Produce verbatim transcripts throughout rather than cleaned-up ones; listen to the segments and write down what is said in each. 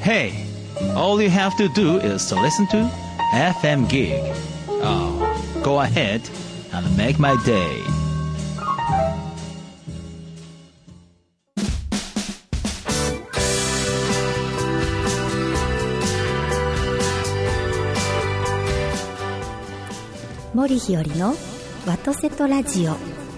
Hey, all you have to do is to listen to エフエム Gig. Oh, go ahead and make my day. 森日和のワトセトラジオ。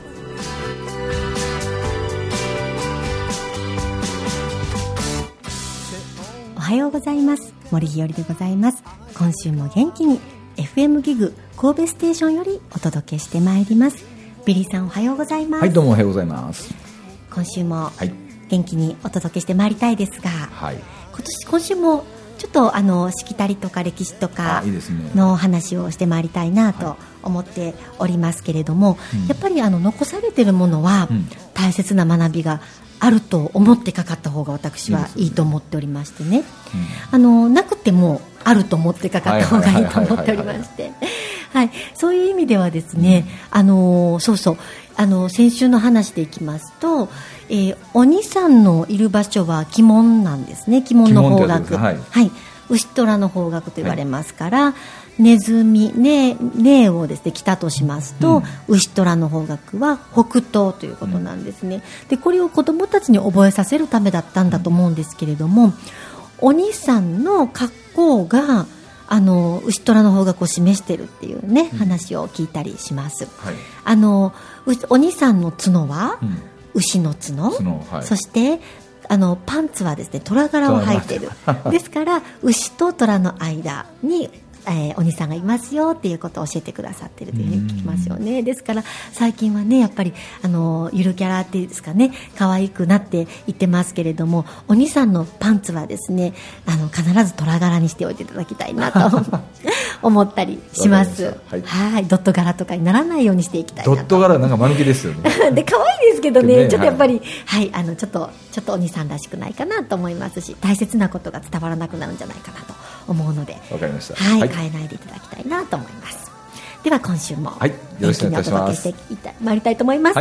おはようございます。森日和でございます。今週も元気に エフエム ギグ神戸ステーションよりお届けしてまいります。ビリーさん、おはようございます。 はい、どうもおはようございます。 今週も元気にお届けしてまいりたいですが、はい、今年今週もちょっとあのしきたりとか歴史とかの話をしてまいりたいなと思っておりますけれども、はい、やっぱりあの残されているものは大切な学びがあると思ってかかった方が私はいいと思っておりましてね、あのなくてもあると思ってかかった方がいいと思っておりまして、そういう意味ではですね、うん、あのそうそうあの先週の話でいきますと、えー、鬼さんのいる場所は鬼門なんですね。鬼門の方角、はいはい、牛虎の方角と言われますから、はい、ネズミ、ね、ねをですね北としますと、うん、牛虎の方角は北東ということなんですね、うん、でこれを子どもたちに覚えさせるためだったんだと思うんですけれども、鬼さんの格好があの牛虎の方角を示しているっていうね、うん、話を聞いたりします、はい、あの鬼さんの角は、うん、牛の角、角、はい、そしてあのパンツはですね虎柄を履いているですから牛と虎の間に、えー、鬼さんがいますよっていうことを教えてくださっているというふうに聞きますよね。ですから最近はねやっぱりあのゆるキャラっていうんですかね、可愛くなっていってますけれども、鬼さんのパンツはですねあの必ず虎柄にしておいていただきたいなと思ったりします。はい、はいドット柄とかにならないようにしていきたいなと。ドット柄なんか間抜けですよねで可愛いですけど ね, ねちょっとやっぱり、はい、はい、あのちょっとちょっと鬼さんらしくないかなと思いますし、大切なことが伝わらなくなるんじゃないかなと思うので、 わかりました、 はいはい、変えないでいただきたいなと思います。では今週もはいよろしくお願いします。 元気にお届けしてまいりたいと思います。はい、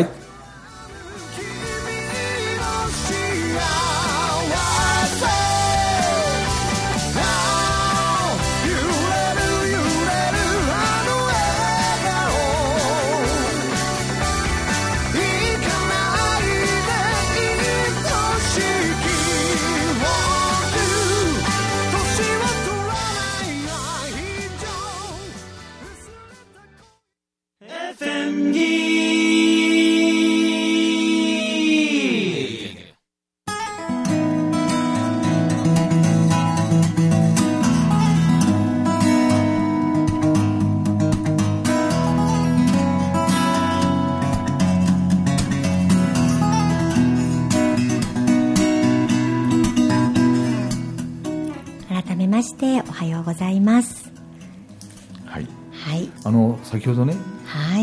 改めましておはようございます。 はい、はい、あの先ほどね、 はい、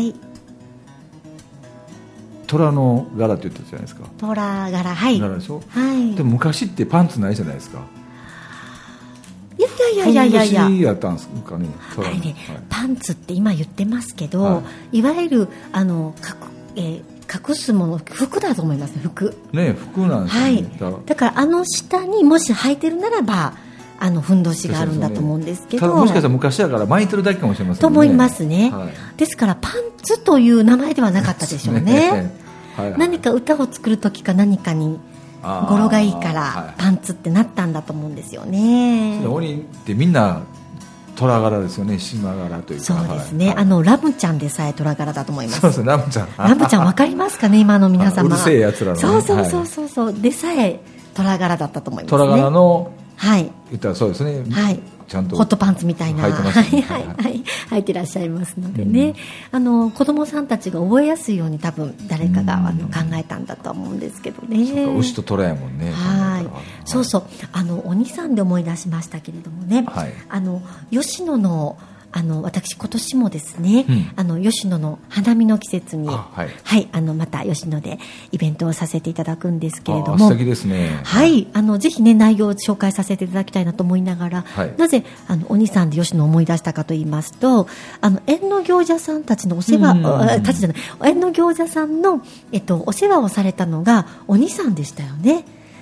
虎の柄って言ったじゃないですか。 虎柄、はい、 柄でしょ、 はい、 でも昔ってパンツないじゃないですか。 いやいやいやいやいやいややったんですかね。 あれね、はい、パンツって今言ってますけど、はい、いわゆるあのかく、えー、隠すもの服だと思いますね。服ね、服なんですね、はい、 だ, だからあの下にもし履いてるならばあのふんどしがあるんだと思うんですけど、 ただもしかしたら昔だから巻いてるだけかもしれませんね。 と思いますね、はい、ですからパンツという名前ではなかったでしょうねはいはい、何か歌を作る時か何かに語呂がいいからパンツってなったんだと思うんですよね。 鬼ってみんな虎柄ですよね。島柄というか。 そうですね、はい、あのラムちゃんでさえ虎柄だと思います。 そうですね、ラムちゃんラムちゃん分かりますかね、今の皆様。 うるせえやつらの、ね、 そうそうそうそうそう、はい、でさえ虎柄だったと思いますね。 虎柄の、 はい、 言ったらそうですね、 はい、 ちゃんとホットパンツみたいな履いてますね、 はいはいはい、履いてらっしゃいますのでね、うん、あの子供さんたちが覚えやすいように多分誰かが、うん、あの考えたんだと思うんですけどね。 そうか、牛と虎やもんね。 はい、そうそう、あの鬼さんで思い出しましたけれどもね、はい、あの吉野のあの私今年もですね、うん、あの吉野の花見の季節に、はい、はい、あのまた吉野でイベントをさせていただくんですけれども、 素敵ですね。 はい、あのぜひね内容を紹介させていただきたいなと思いながら、はい、なぜあの鬼さんで吉野を思い出したかと言いますと、あの縁の行者さんたちのお世話、たちじゃない縁の行者さんの、えっと、お世話をされたのが鬼さんでしたよね。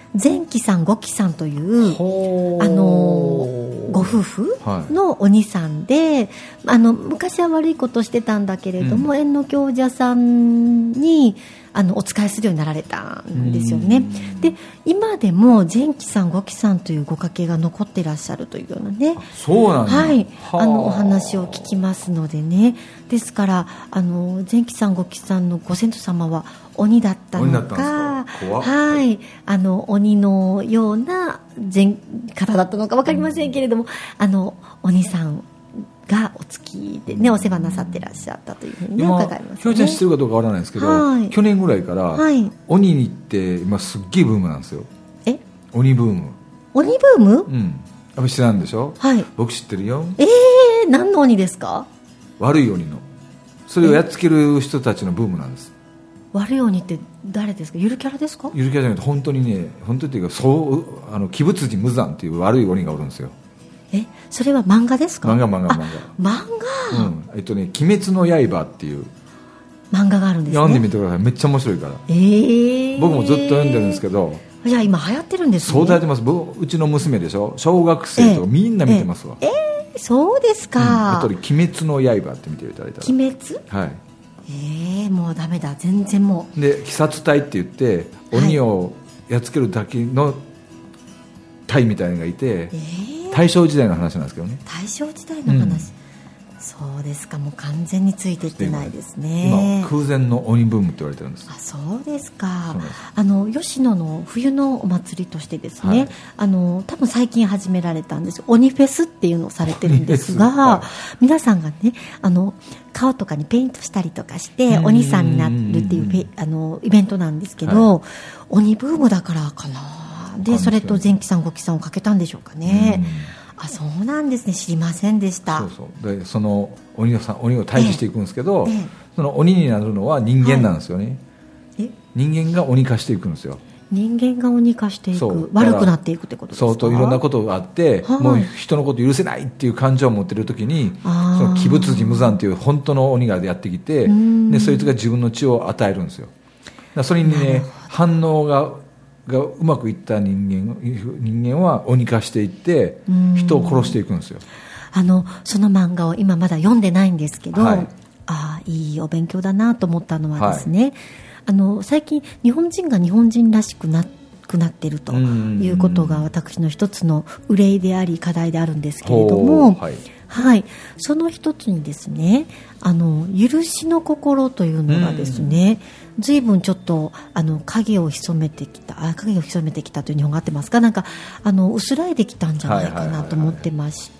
善喜さん五喜さんというあのご夫婦のお兄さんで、はい、あの昔は悪いことしてたんだけれども、うん、縁の行者さんにあのお仕えするようになられたんですよね。で今でも善喜さん五喜さんというご家系が残っていらっしゃるというようなね、 そうなんだ、 はい、あのお話を聞きますのでね。ですからあの善喜さん五喜さんのご先祖様は鬼だったのか、はい、あの鬼のような方だったのか分かりませんけれども、うん、あの鬼さんがお付きで、ね、お世話なさってらっしゃったというふうに、ね、伺いますね。 ひょうちゃん知ってるかどうかわからないんですけど、はい、去年ぐらいから、はい、鬼にって今すっげえブームなんですよ。え鬼ブーム。 鬼ブーム？ うん。やっぱり知らんでしょ。はい。僕知ってるよ。 えー、何の鬼ですか？ 悪い鬼の。それをやっつける人たちのブームなんです。 悪い鬼って誰ですか？ゆるキャラですか？ ゆるキャラじゃなくて本当にね、本当っていうかそうあの鬼仏寺無惨っていう悪い鬼がおるんですよ。 え、それは漫画ですか？ 漫画漫画漫画。漫画。 うん。えっとね、鬼滅の刃っていう漫画があるんですね。 読んでみてください。めっちゃ面白いから。 えー、 僕もずっと読んでるんですけど。 じゃあ今流行ってるんですね。 そう流行ってます。うちの娘でしょ。小学生とみんな見てますわ。 えー、えー、そうですか。うん、 あとで鬼滅の刃って見ていただいたら。 鬼滅？ はい。 えー、もうダメだ、全然もうで鬼殺隊って言って鬼をやっつけるだけの隊みたいなのがいて、えー、大正時代の話なんですけどね。 大正時代の話、うん、そうですか。もう完全についていってないですね。 今空前の鬼ブームって言われてるんです。 あ、そうですか。あの吉野の冬のお祭りとしてですね、はい、あの多分最近始められたんです鬼フェスっていうのをされてるんですが、はい、皆さんがねあの顔とかにペイントしたりとかして鬼さんになるっていうあのイベントなんですけど、はい、鬼ブームだからかな。でそれと善喜さん五喜さんをかけたんでしょうかね。あ、そうなんですね。知りませんでした。 そうそうでその鬼をさ鬼を退治していくんですけど、えええ、その鬼になるのは人間なんですよね、はい、人間が鬼化していくんですよ。 人間が鬼化していく、悪くなっていくってことですか？ そうといろんなことがあって、はい、もう人のこと許せないっていう感情を持っている時にその鬼仏寺無惨っていう本当の鬼がやってきて、でそいつが自分の血を与えるんですよ。だそれにね反応ががうまくいった人間人間は鬼化していって人を殺していくんですよ。 あのその漫画を今まだ読んでないんですけど、はい、あいいお勉強だなと思ったのはですね、はい、あの最近日本人が日本人らしくなくなっているということが私の一つの憂いであり課題であるんですけれども、はいはい、その一つにですねあの許しの心というのがですね、うん、随分ちょっとあの影を潜めてきたあ影を潜めてきたという日本語合ってますか？なんかあの薄らいできたんじゃないかなと思ってまして、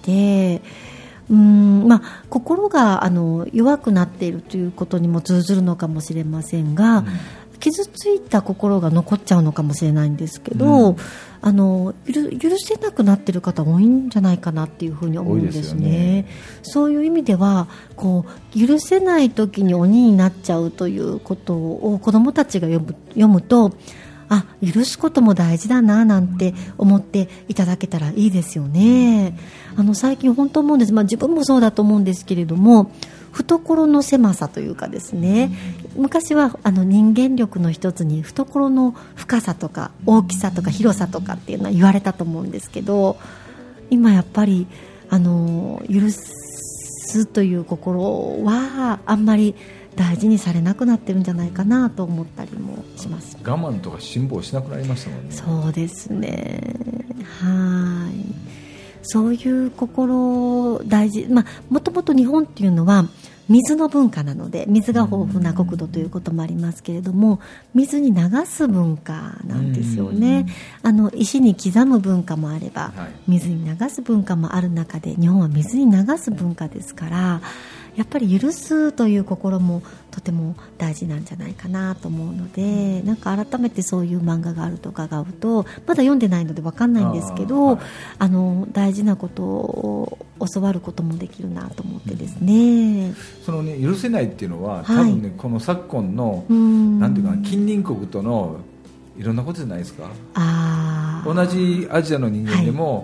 うーん、まあ、心があの弱くなっているということにも通ずるのかもしれませんが、うん、傷ついた心が残っちゃうのかもしれないんですけど、うん、あの 許, 許せなくなっている方多いんじゃないかなっていうふうに思うんです ね, ですね。そういう意味ではこう許せない時に鬼になっちゃうということを子どもたちが読 む, 読むとあ許すことも大事だななんて思っていただけたらいいですよね。あの最近本当思うんです、まあ、自分もそうだと思うんですけれども懐の狭さというかですね、昔はあの人間力の一つに懐の深さとか大きさとか広さとかっていうのは言われたと思うんですけど、今やっぱりあの許すという心はあんまり大事にされなくなってるんじゃないかなと思ったりもします。 我慢とか辛抱しなくなりましたもんね。 そうですね。はい、そういう心大事、まあ、もともと日本っていうのは水の文化なので水が豊富な国土ということもありますけれども、水に流す文化なんですよね。あの石に刻む文化もあれば水に流す文化もある中で日本は水に流す文化ですから、やっぱり許すという心もとても大事なんじゃないかなと思うので、なんか改めてそういう漫画があると伺うとまだ読んでないので分かんないんですけど、あ、はい、あの大事なことを教わることもできるなと思ってですね、 そのね許せないっていうのは多分ね、はい、この昨今のなんていうかな近隣国とのいろんなことじゃないですか。あ同じアジアの人間でも、はい、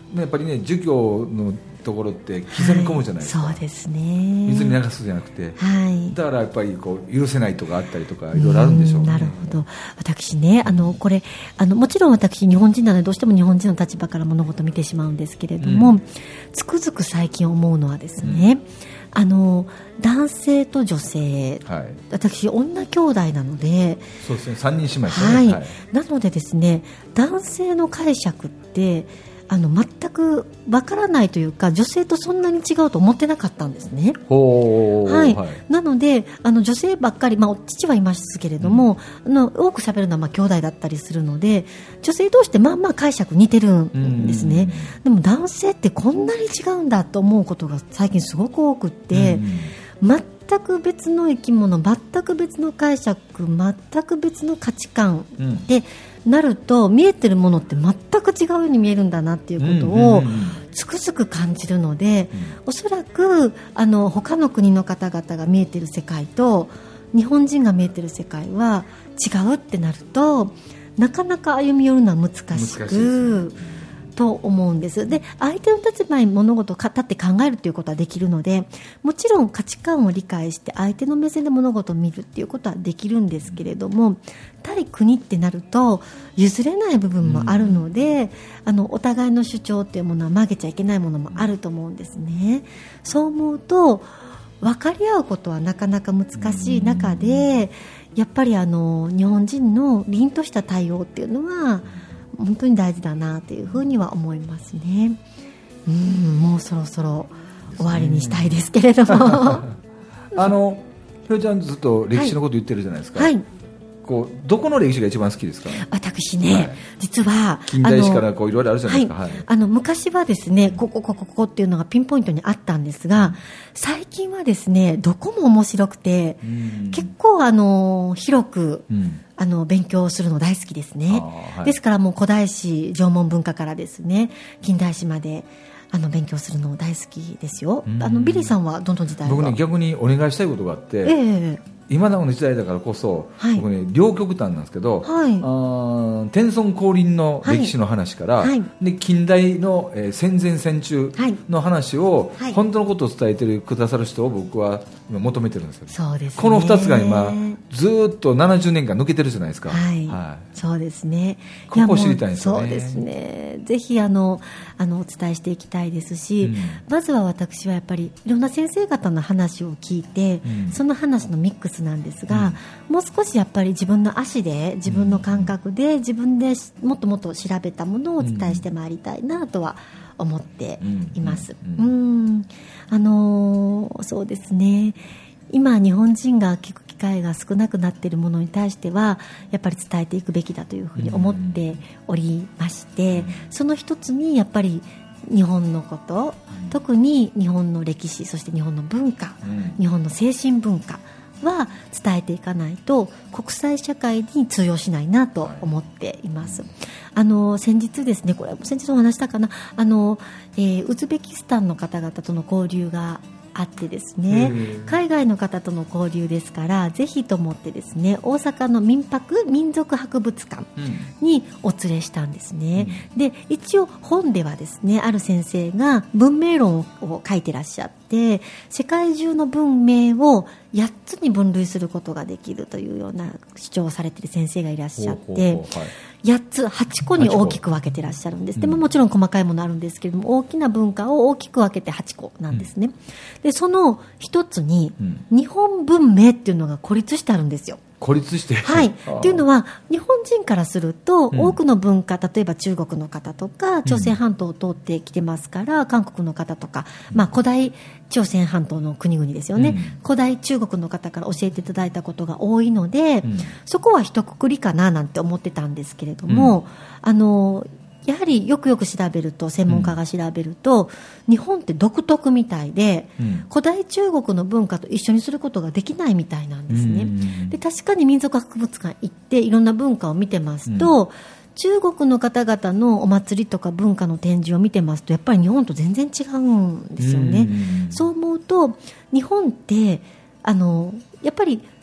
やっぱりね儒教のところって刻み込むじゃないですか、 はい、そうですね、 水に流すじゃなくて、 はい、 だからやっぱりこう許せないとかあったりとかいろいろあるんでしょうね。 なるほど。私ねあのこれあのもちろん私日本人なのでどうしても日本人の立場から物事を見てしまうんですけれども、うん、つくづく最近思うのはですね、うんあの男性と女性、はい、私女兄弟なのでそうですねさんにん姉妹ですね、 はいはい、なのでですね男性の解釈ってあの全くわからないというか女性とそんなに違うと思ってなかったんですね。 ほー、 はいはい、 なのであの女性ばっかり、まあ、父はいますけれども、うん、あの多く喋るのはまあ兄弟だったりするので女性同士ってまあまあ解釈似てるんですね、うん、でも男性ってこんなに違うんだと思うことが最近すごく多くって、うん、全く別の生き物全く別の解釈全く別の価値観で、うんなると見えてるものって全く違うように見えるんだなっていうことをつくづく感じるので、うん、おそらくあの他の国の方々が見えてる世界と日本人が見えてる世界は違うってなるとなかなか歩み寄るのは難しくと思うんです。で相手の立場に物事を立って考えるということはできるのでもちろん価値観を理解して相手の目線で物事を見るということはできるんですけれども対国ってなると譲れない部分もあるので、うん、あのお互いの主張というものは曲げちゃいけないものもあると思うんですね。そう思うと分かり合うことはなかなか難しい中でやっぱりあの日本人の凛とした対応っていうのは本当に大事だなというふうには思いますね。うんもうそろそろ終わりにしたいですけれどもあのひろちゃんずっと歴史のこと言ってるじゃないですか、はいはい、こうどこの歴史が一番好きですか？ 私ね、はい、実は近代史からこういろいろあるじゃないですか、はいはい、あの昔はですねここここここっていうのがピンポイントにあったんですが最近はですねどこも面白くて結構あの広く、うんあの勉強するの大好きですね、はい、ですからもう古代史縄文文化からですね近代史まであの勉強するの大好きですよ。あのビリーさんはどの時代は？ 僕ね逆にお願いしたいことがあって、えー、今の時代だからこそ、はい、僕ね両極端なんですけど、はい、あ天孫降臨の歴史の話から、はい、で近代の、えー、戦前戦中の話を、はい、本当のことを伝えてくださる人を僕は今求めてるんですよ。 そうですね、 このふたつが今ずっとななじゅうねんかん抜けてるじゃないですか、 はいはい、そうですね。 ここを知りたいんですよね。 そうですねぜひあのあのお伝えしていきたいですし、うん、まずは私はやっぱりいろんな先生方の話を聞いて、うん、その話のミックスなんですが、うん、もう少しやっぱり自分の足で自分の感覚で自分でもっともっと調べたものをお伝えしてまいりたいなとは思っています、うんうんうん、あのー、そうですね今日本人が聞く機会が少なくなっているものに対してはやっぱり伝えていくべきだというふうに思っておりまして、その一つにやっぱり日本のこと、特に日本の歴史そして日本の文化、日本の精神文化は伝えていかないと国際社会に通用しないなと思っています。あの先日ですねこれ先日お話したかなあの、えー、ウズベキスタンの方々との交流があってですね海外の方との交流ですからぜひと思ってですね大阪の民泊民族博物館にお連れしたんですね、うん、で一応本ではですねある先生が文明論を書いてらっしゃって世界中の文明をやっつに分類することができるというような主張をされている先生がいらっしゃってほうほうほう、はい、やっつはちこに大きく分けてらっしゃるんです。でももちろん細かいものあるんですけれども大きな文化を大きく分けてはちこなんですね、うん、でその一つに日本文明っていうのが孤立してあるんですよ。 孤立してはいっていうのは日本人からすると、うん、多くの文化例えば中国の方とか朝鮮半島を通ってきてますから、うん、韓国の方とか、まあ、古代朝鮮半島の国々ですよね、うん、古代中国の方から教えていただいたことが多いので、うん、そこは一括りかななんて思ってたんですけれども、うん、あのやはりよくよく調べると専門家が調べると、うん、日本って独特みたいで、うん、古代中国の文化と一緒にすることができないみたいなんですね、うん、で確かに民族博物館行っていろんな文化を見てますと、うん、中国の方々のお祭りとか文化の展示を見てますとやっぱり日本と全然違うんですよね、うん、そう思うと日本ってあのやっぱり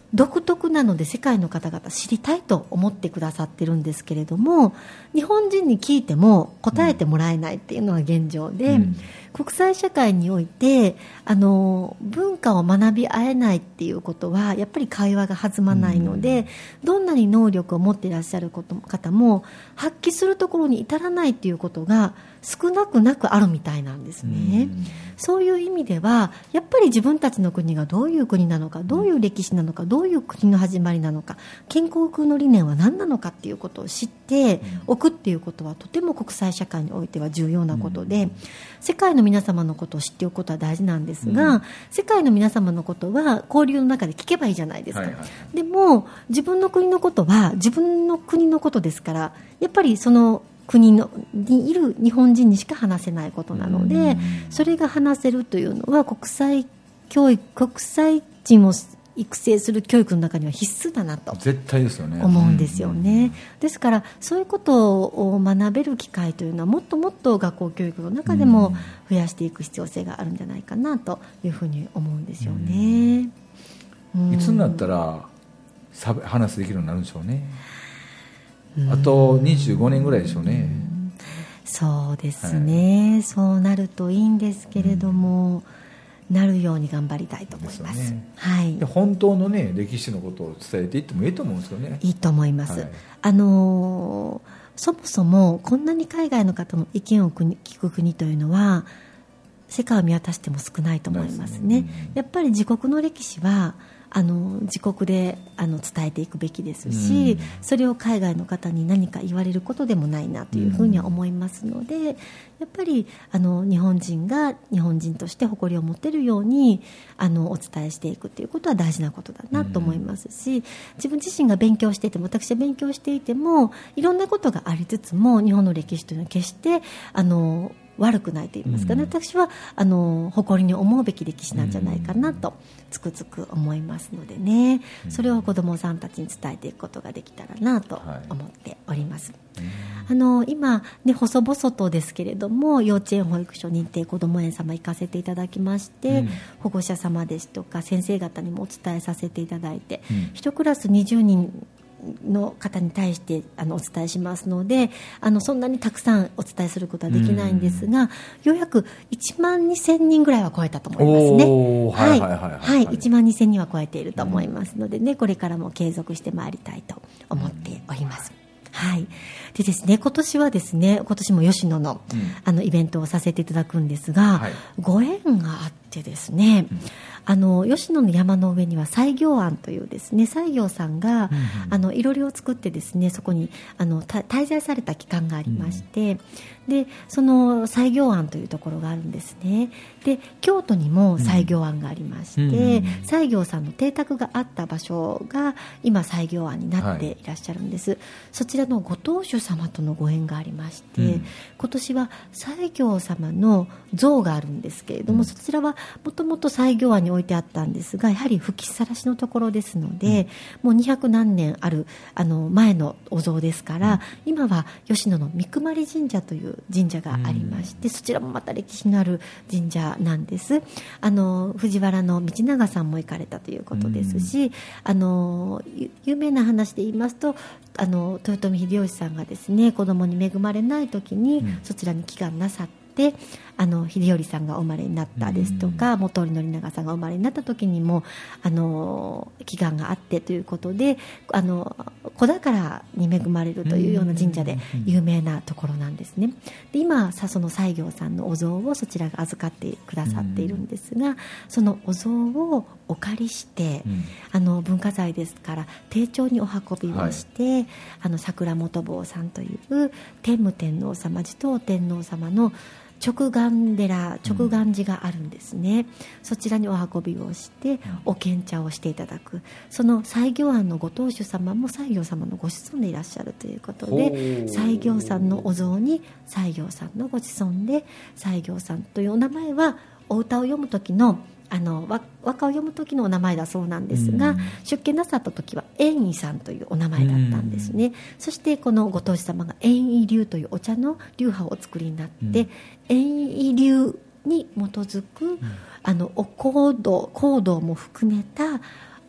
独特なので世界の方々知りたいと思ってくださってるんですけれども、日本人に聞いても答えてもらえないっていうのが現状で、うん、国際社会においてあの文化を学び合えないっていうことはやっぱり会話が弾まないので、うん、どんなに能力を持っていらっしゃる方も発揮するところに至らないっていうことが少なくなくあるみたいなんですね、うん、そういう意味ではやっぱり自分たちの国がどういう国なのか、どういう歴史なのか、どういう国の始まりなのか、建国の理念は何なのかっていうことを知っておくっていうことはとても国際社会においては重要なことで、うん、世界の皆様のことを知っておくことは大事なんですが、うん、世界の皆様のことは交流の中で聞けばいいじゃないですか、はいはい、でも自分の国のことは自分の国のことですから、やっぱりその国のにいる日本人にしか話せないことなので、うん、それが話せるというのは国際教育、国際人を育成する教育の中には必須だなと絶対ですよね思うんですよね。ですからそういうことを学べる機会というのはもっともっと学校教育の中でも増やしていく必要性があるんじゃないかなというふうに思うんですよね、 うんうん、いつになったら話できるようになるんでしょうね。あとにじゅうごねんぐらいでしょうね、うん、 そうですね、はい、そうなるといいんですけれども、うん、なるように頑張りたいと思います、ね、はい、 で本当の、ね、歴史のことを伝えていってもいいと思うんですよね。 いいと思います、はい、あのー、そもそもこんなに海外の方の意見を聞く国というのは世界を見渡しても少ないと思いますね、うん、やっぱり自国の歴史はあの自国であの伝えていくべきですし、うん、それを海外の方に何か言われることでもないなというふうには思いますので、うん、やっぱりあの日本人が日本人として誇りを持てるようにあのお伝えしていくということは大事なことだなと思いますし、うん、自分自身が勉強していても私は勉強していてもいろんなことがありつつも日本の歴史というのは決してあの悪くないと言いますかね、うん、私はあの誇りに思うべき歴史なんじゃないかなとつくづく思いますのでね、うん、それを子どもさんたちに伝えていくことができたらなと思っております、はい、あの今、ね、細々とですけれども幼稚園保育所認定こども園様行かせていただきまして、うん、保護者様ですとか先生方にもお伝えさせていただいて、うん、一クラスにじゅうにんの方に対してあのお伝えしますのであのそんなにたくさんお伝えすることはできないんですが、ようやくいちまんにせんにんぐらいは超えたと思いますね。はいはいはい、いちまんにせんにんは超えていると思いますのでね、これからも継続してまいりたいと思っております。はい、でですね、今年はですね、今年も吉野の、うん、あのイベントをさせていただくんですが、はい、ご縁があってですね、うん、あの吉野の山の上には西行庵というですね、西行さんが、うんうん、あのいろりを作ってですね、そこにあの滞在された期間がありまして、うん、でその西行庵というところがあるんですね。で京都にも西行庵がありまして、うん、西行さんの邸宅があった場所が今西行庵になっていらっしゃるんです、はい、そちらのご当主様とのご縁がありまして、うん、今年は西行様の像があるんですけれども、うん、そちらはもともと西行庵に置いてあったんですが、やはり吹きさらしのところですので、うん、もうにひゃくなんねんあるあの前のお像ですから、うん、今は吉野の三熊利神社という神社がありまして、うん、そちらもまた歴史のある神社なんです。あの藤原の道長さんも行かれたということですし、うん、あの有名な話で言いますと、あの豊臣秀吉さんがですね、子供に恵まれない時に、うん、そちらに祈願なさってであの秀頼さんがお生まれになったですとか、うん、本居宣長さんがお生まれになった時にもあの祈願があってということで、あの子宝に恵まれるというような神社で有名なところなんですね。で今さその西行さんのお像をそちらが預かってくださっているんですが、うん、そのお像をお借りして、うん、あの文化財ですから丁重にお運びをして、はい、あの桜本坊さんという天武天皇様持統天皇様の直願寺直願寺があるんですね、うん、そちらにお運びをしてお献茶をしていただく。その西行庵のご当主様も西行様のご子孫でいらっしゃるということで、西行さんのお像に西行さんのご子孫で、西行さんというお名前はお歌を読む時のあの和歌を読む時のお名前だそうなんですが、うん、出家なさった時は円医さんというお名前だったんですね、うん、そしてこのご当主様が円医流というお茶の流派をお作りになって、うん、円医流に基づく、うん、あのお香道香道も含めたお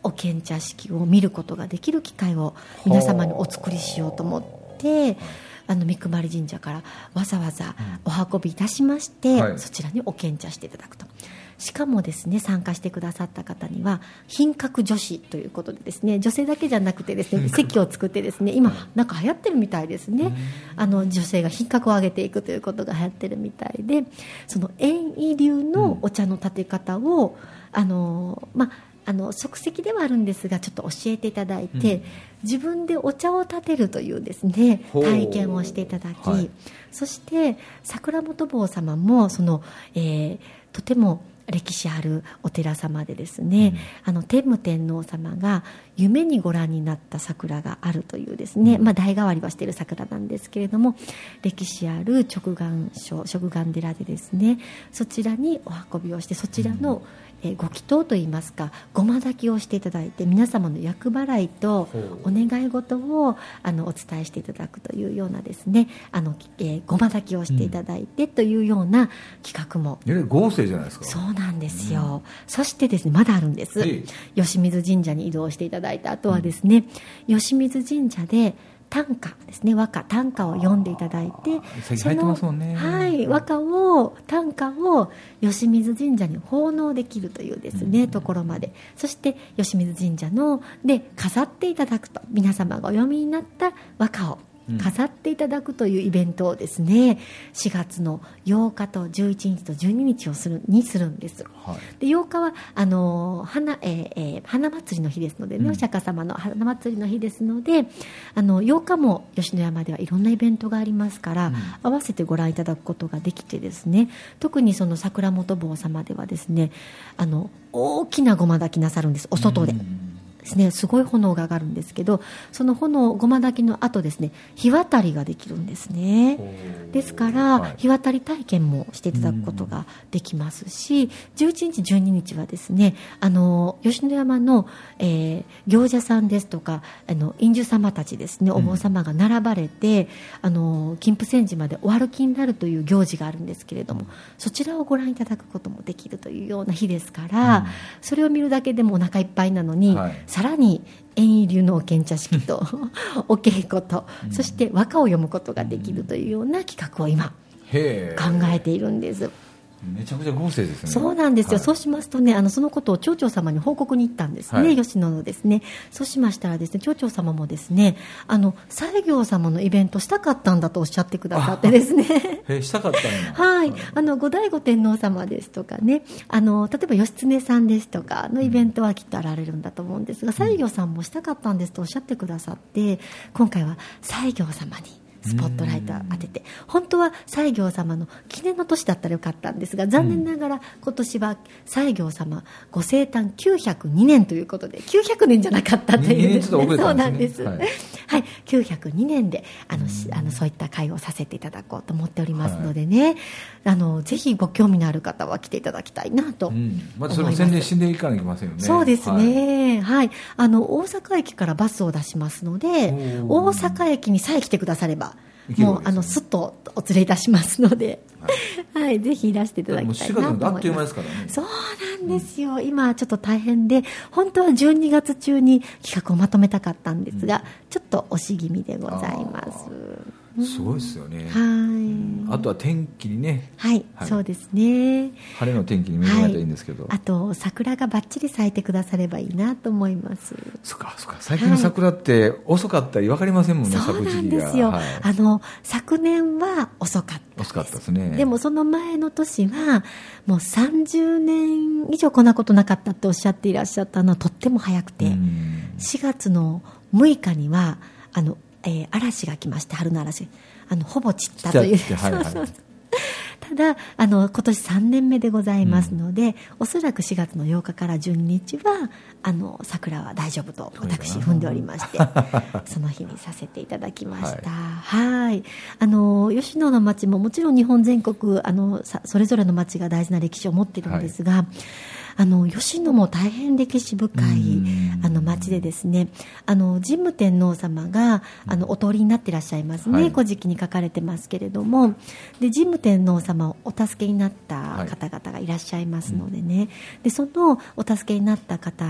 お献茶式を見ることができる機会を皆様にお作りしようと思ってあの三熊神社からわざわざお運びいたしまして、はい、そちらにお献茶していただくと。しかもですね、参加してくださった方には品格女子ということでですね、女性だけじゃなくてですね、席を作ってですね、今なんか流行ってるみたいですね。あの女性が品格を上げていくということが流行ってるみたいで、その円意流のお茶の立て方を、あのまああの即席ではあるんですがちょっと教えていただいて、うん、自分でお茶を立てるというですね体験をしていただき、はい、そして桜本坊様もその、えー、とても歴史あるお寺様でですね、うん、あの天武天皇様が夢にご覧になった桜があるというですね、うんまあ、代替わりはしている桜なんですけれども、歴史ある直願所直願寺でですね、そちらにお運びをして、そちらの、うんえー、ご祈祷といいますかごま炊きをしていただいて、皆様の厄払いとお願い事をあのお伝えしていただくというようなですね、あの、えー、ごま炊きをしていただいてというような企画も、 うん、豪勢じゃないですか。 そうなんですよ、うん、そしてですねまだあるんです、はい、吉水神社に移動していただいた後はですね、うん、吉水神社で短歌ですね、和歌短歌を読んでいただいて、 その、 はい、和歌を短歌を吉水神社に奉納できるというですね、うん、ところまで、そして吉水神社ので飾っていただくと、皆様がお読みになった和歌を飾っていただくというイベントをですね、しがつのようかとじゅういちにちとじゅうににちをするにするんです、はい、でようかはあの 花,、えーえー、花祭りの日ですのでね、うん、お釈迦様の花祭りの日ですので、あのようかも吉野山ではいろんなイベントがありますから、うん、合わせてご覧いただくことができてですね、特にその桜本坊様ではですね、あの大きなごま炊きなさるんです、お外で、うんですね、すごい炎が上がるんですけど、その炎ごま炊きの後ですね、火渡りができるんですね。ですから、はい、火渡り体験もしていただくことができますし、じゅういちにちじゅうににちはですね、あの吉野山の、えー、行者さんですとかあの院主様たちですね、お坊様が並ばれて、うん、あの金峰山寺までお歩きになるという行事があるんですけれども、そちらをご覧いただくこともできるというような日ですから、うん、それを見るだけでもお腹いっぱいなのに、はい、さらに円意流のお献茶式とお稽古と、うん、そして和歌を読むことができるというような企画を今考えているんです。 めちゃくちゃ豪勢ですね。 そうなんですよ、 はい、 そうしますとね、あのそのことを町長様に報告に行ったんですね、はい、吉野のですね。そうしましたらですね、町長様もですね、あの西行様のイベントしたかったんだとおっしゃってくださってですねえしたかったんだはい、あの後醍醐天皇様ですとかね、あの例えば義経さんですとかのイベントはきっとあられるんだと思うんですが、西行さんもしたかったんですとおっしゃってくださって、今回は西行様にスポットライトを当てて、本当は西行様の記念の年だったらよかったんですが、残念ながら今年は西行様ご生誕きゅうひゃくにねんということで、きゅうひゃくねんじゃなかったというですね、そうなんです、はいはい、きゅうひゃくにねんであのあのそういった会をさせていただこうと思っておりますのでね、はい、あのぜひご興味のある方は来ていただきたいなと思います、うん、またそれも宣伝していかなきゃいけませんよね。 そうですね、はいはい、あの大阪駅からバスを出しますので、大阪駅にさえ来てくださればもうあのすっとお連れいたしますので、はいはい、ぜひいらしていただきたいなと思います。 あっという間ですからね。 そうなんですよ、うん、今ちょっと大変で、本当はじゅうにがつ中に企画をまとめたかったんですが、うん、ちょっと押し気味でございます。 すごいですよね、 はい、うん、 あとは天気にね、 はい、はい、そうですね、 晴れの天気に恵まれたらいいんですけど、 はい、あと桜がバッチリ咲いてくださればいいなと思います。 そっかそっか、最近の桜って遅かったり分かりませんもんね、はい、 そうなんですよ、はい、あの昨年は遅かった遅かったですね。 でもその前の年はもうさんじゅうねん以上こんなことなかったっておっしゃっていらっしゃったのはとっても早くて、しがつのむいかにはあの、えー、嵐が来まして、春の嵐、あのほぼ散ったという、はいはい、ただあの今年さんねんめでございますので、うん、おそらくしがつのようかからじゅうににちはあの桜は大丈夫と私踏んでおりましてその日にさせていただきました。はい、はい、あの吉野の町ももちろん日本全国あのそれぞれの町が大事な歴史を持っているんですが、はい、あの吉野も大変歴史深いあの町でですね、あの神武天皇様があのお通りになっていらっしゃいますね、はい、古事記に書かれてますけれども、で神武天皇様をお助けになった方々がいらっしゃいますのでね、はい、でそのお助けになった方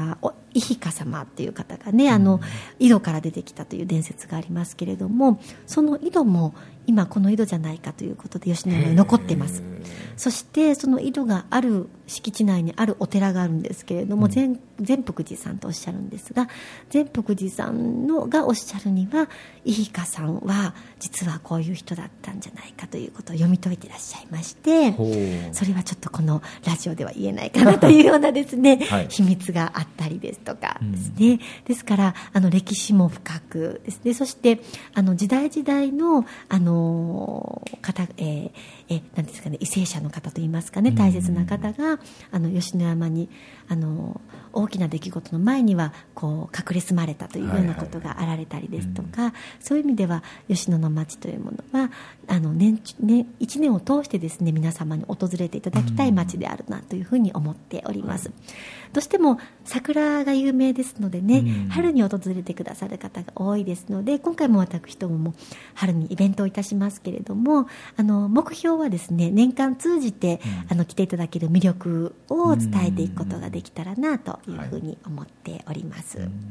イヒカ様っていう方がね、あの井戸から出てきたという伝説がありますけれども、その井戸も今この井戸じゃないかということで吉野山に残っています。そしてその井戸がある敷地内にあるお寺があるんですけれども、善福寺さんとおっしゃるんですが、善福寺さんのがおっしゃるには、イヒカさんは実はこういう人だったんじゃないかということを読み解いていらっしゃいまして、それはちょっとこのラジオでは言えないかなというようなですね、はい、秘密があったりですとかですね、うん、ですからあの歴史も深くですね、そしてあの時代時代のあの方、えーえなんですかね、為政者の方といいますかね、大切な方があの吉野山にあの大きな出来事の前にはこう隠れ住まれたというようなことがあられたりですとか、はいはい、そういう意味では吉野の町というものはあの 年, 年いちねんを通してですね、皆様に訪れていただきたい町であるなというふうに思っております、はい、どうしても桜が有名ですのでね、春に訪れてくださる方が多いですので、今回も私どもも春にイベントをいたしますけれども、あの目標はですね、年間通じて、うん、あの来ていただける魅力を伝えていくことができたらなというふうに思っております、はい、うん、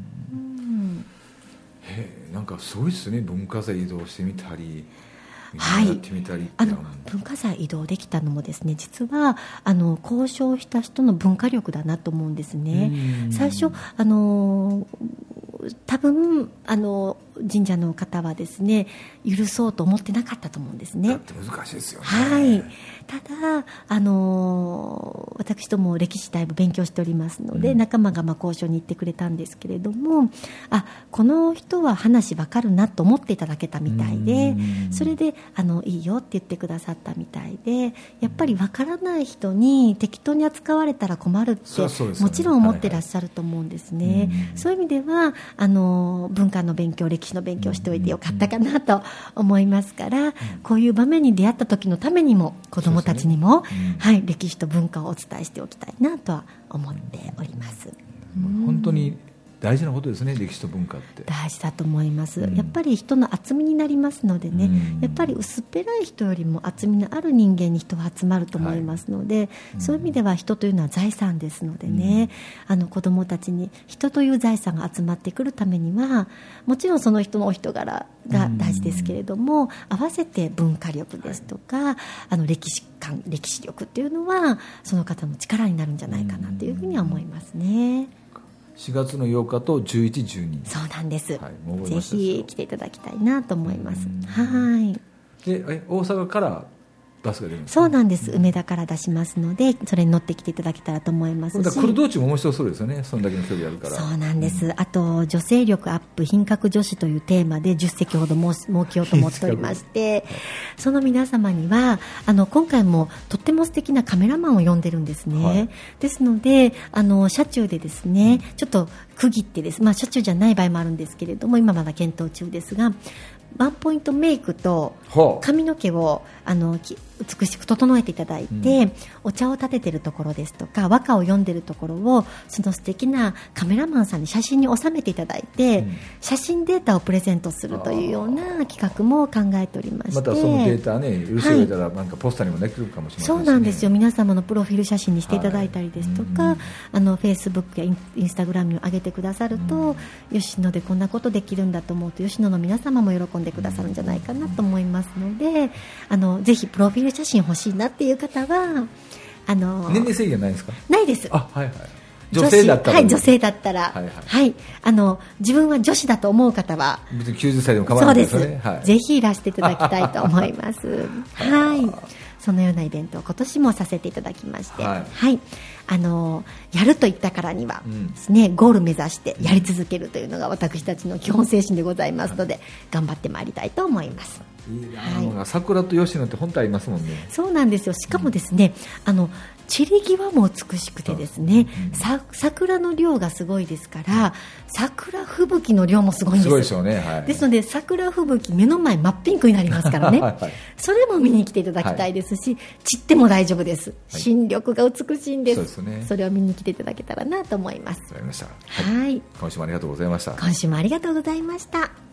へ、なんかすごいですね、文化財移動してみたり、 はい、 やってみたりって、 あの文化財移動できたのもですね、実はあの交渉した人の文化力だなと思うんですね。最初あの多分あの神社の方はですね、許そうと思ってなかったと思うんですね。 だって難しいですよね。 はい、ただあの私ども歴史だいぶ勉強しておりますので、うん、仲間がまあ交渉に行ってくれたんですけれども、あ、この人は話分かるなと思っていただけたみたいで、それであのいいよって言ってくださったみたいで、やっぱり分からない人に適当に扱われたら困るって、ね、もちろん思ってらっしゃると思うんですね、はいはい、そういう意味ではあの文化の勉強、歴史の勉強しておいてよかったかなと思いますから、うん、こういう場面に出会った時のためにも子どもたちにも、ね、うん、はい、歴史と文化をお伝えしておきたいなとは思っております、 うん、本当に大事なことですね、歴史と文化って大事だと思います、うん、やっぱり人の厚みになりますのでね、うん、やっぱり薄っぺらい人よりも厚みのある人間に人は集まると思いますので、はい、そういう意味では人というのは財産ですのでね、うん、あの子どもたちに人という財産が集まってくるためには、もちろんその人のお人柄が大事ですけれども、うん、合わせて文化力ですとか、はい、あの歴史観、歴史力っていうのはその方の力になるんじゃないかなというふうには思いますね。 しがつのようかとじゅういち、じゅうに、 そうなんです、はい、ぜひ来ていただきたいなと思います。はい。 で、え大阪からバスが出るんですか？ そうなんです、梅田から出しますので、それに乗ってきていただけたらと思いますし、 だから来る道中も面白そうですよね、そんだけの距離あるから。 そうなんです、うん、あと女性力アップ品格女子というテーマでじゅっせきほど設けようと思っておりましてその皆様にはあの今回もとっても素敵なカメラマンを呼んでるんですね、はい、ですのであの車中でですね、うん、ちょっと区切ってです、まあ、車中じゃない場合もあるんですけれども、今まだ検討中ですが、ワンポイントメイクと髪の毛をあの美しく整えていただいて、うん、お茶を立てているところですとか和歌を読んでいるところをその素敵なカメラマンさんに写真に収めていただいて、うん、写真データをプレゼントするというような企画も考えておりまして、 またそのデータね、許してくれたらなんかポスターにもできるかもしれないですね、 はい、そうなんですよ。皆様のプロフィール写真にしていただいたりですとか、はい、あのフェイスブックやイン、インスタグラムに上げてくださると、うん、吉野でこんなことできるんだと思うと吉野の皆様も喜んでくださるんじゃないかなと思いますので、あのぜひプロフィール写真欲しいなっていう方はあの年齢制限ないですか？ ないです。 あ、はいはい、女性だったら、 はい、女性だったら、はいはいはい、あの自分は女子だと思う方は別にきゅうじゅっさいでも構わないですよね。 そうです、 はい、 ぜひいらしていただきたいと思いますはい、そのようなイベントを今年もさせていただきまして、はいはい、あのやると言ったからにはですね、うん、ゴール目指してやり続けるというのが私たちの基本精神でございますので、頑張ってまいりたいと思います。 いいな、はい、桜と吉野って本当ありますもんね。 そうなんですよ。しかもですね、うん、あの散り際も美しくてですね、うん、さ桜の量がすごいですから桜吹雪の量もすごいんです。 すごいでしょうね、はい、 ですので桜吹雪目の前真っピンクになりますからねはい、それも見に来ていただきたいですし、はい、散っても大丈夫です、はい、新緑が美しいんです。 そうですね、それを見に来ていただけたらなと思います。 わかりました、 はい、 今週もありがとうございました。 今週もありがとうございました。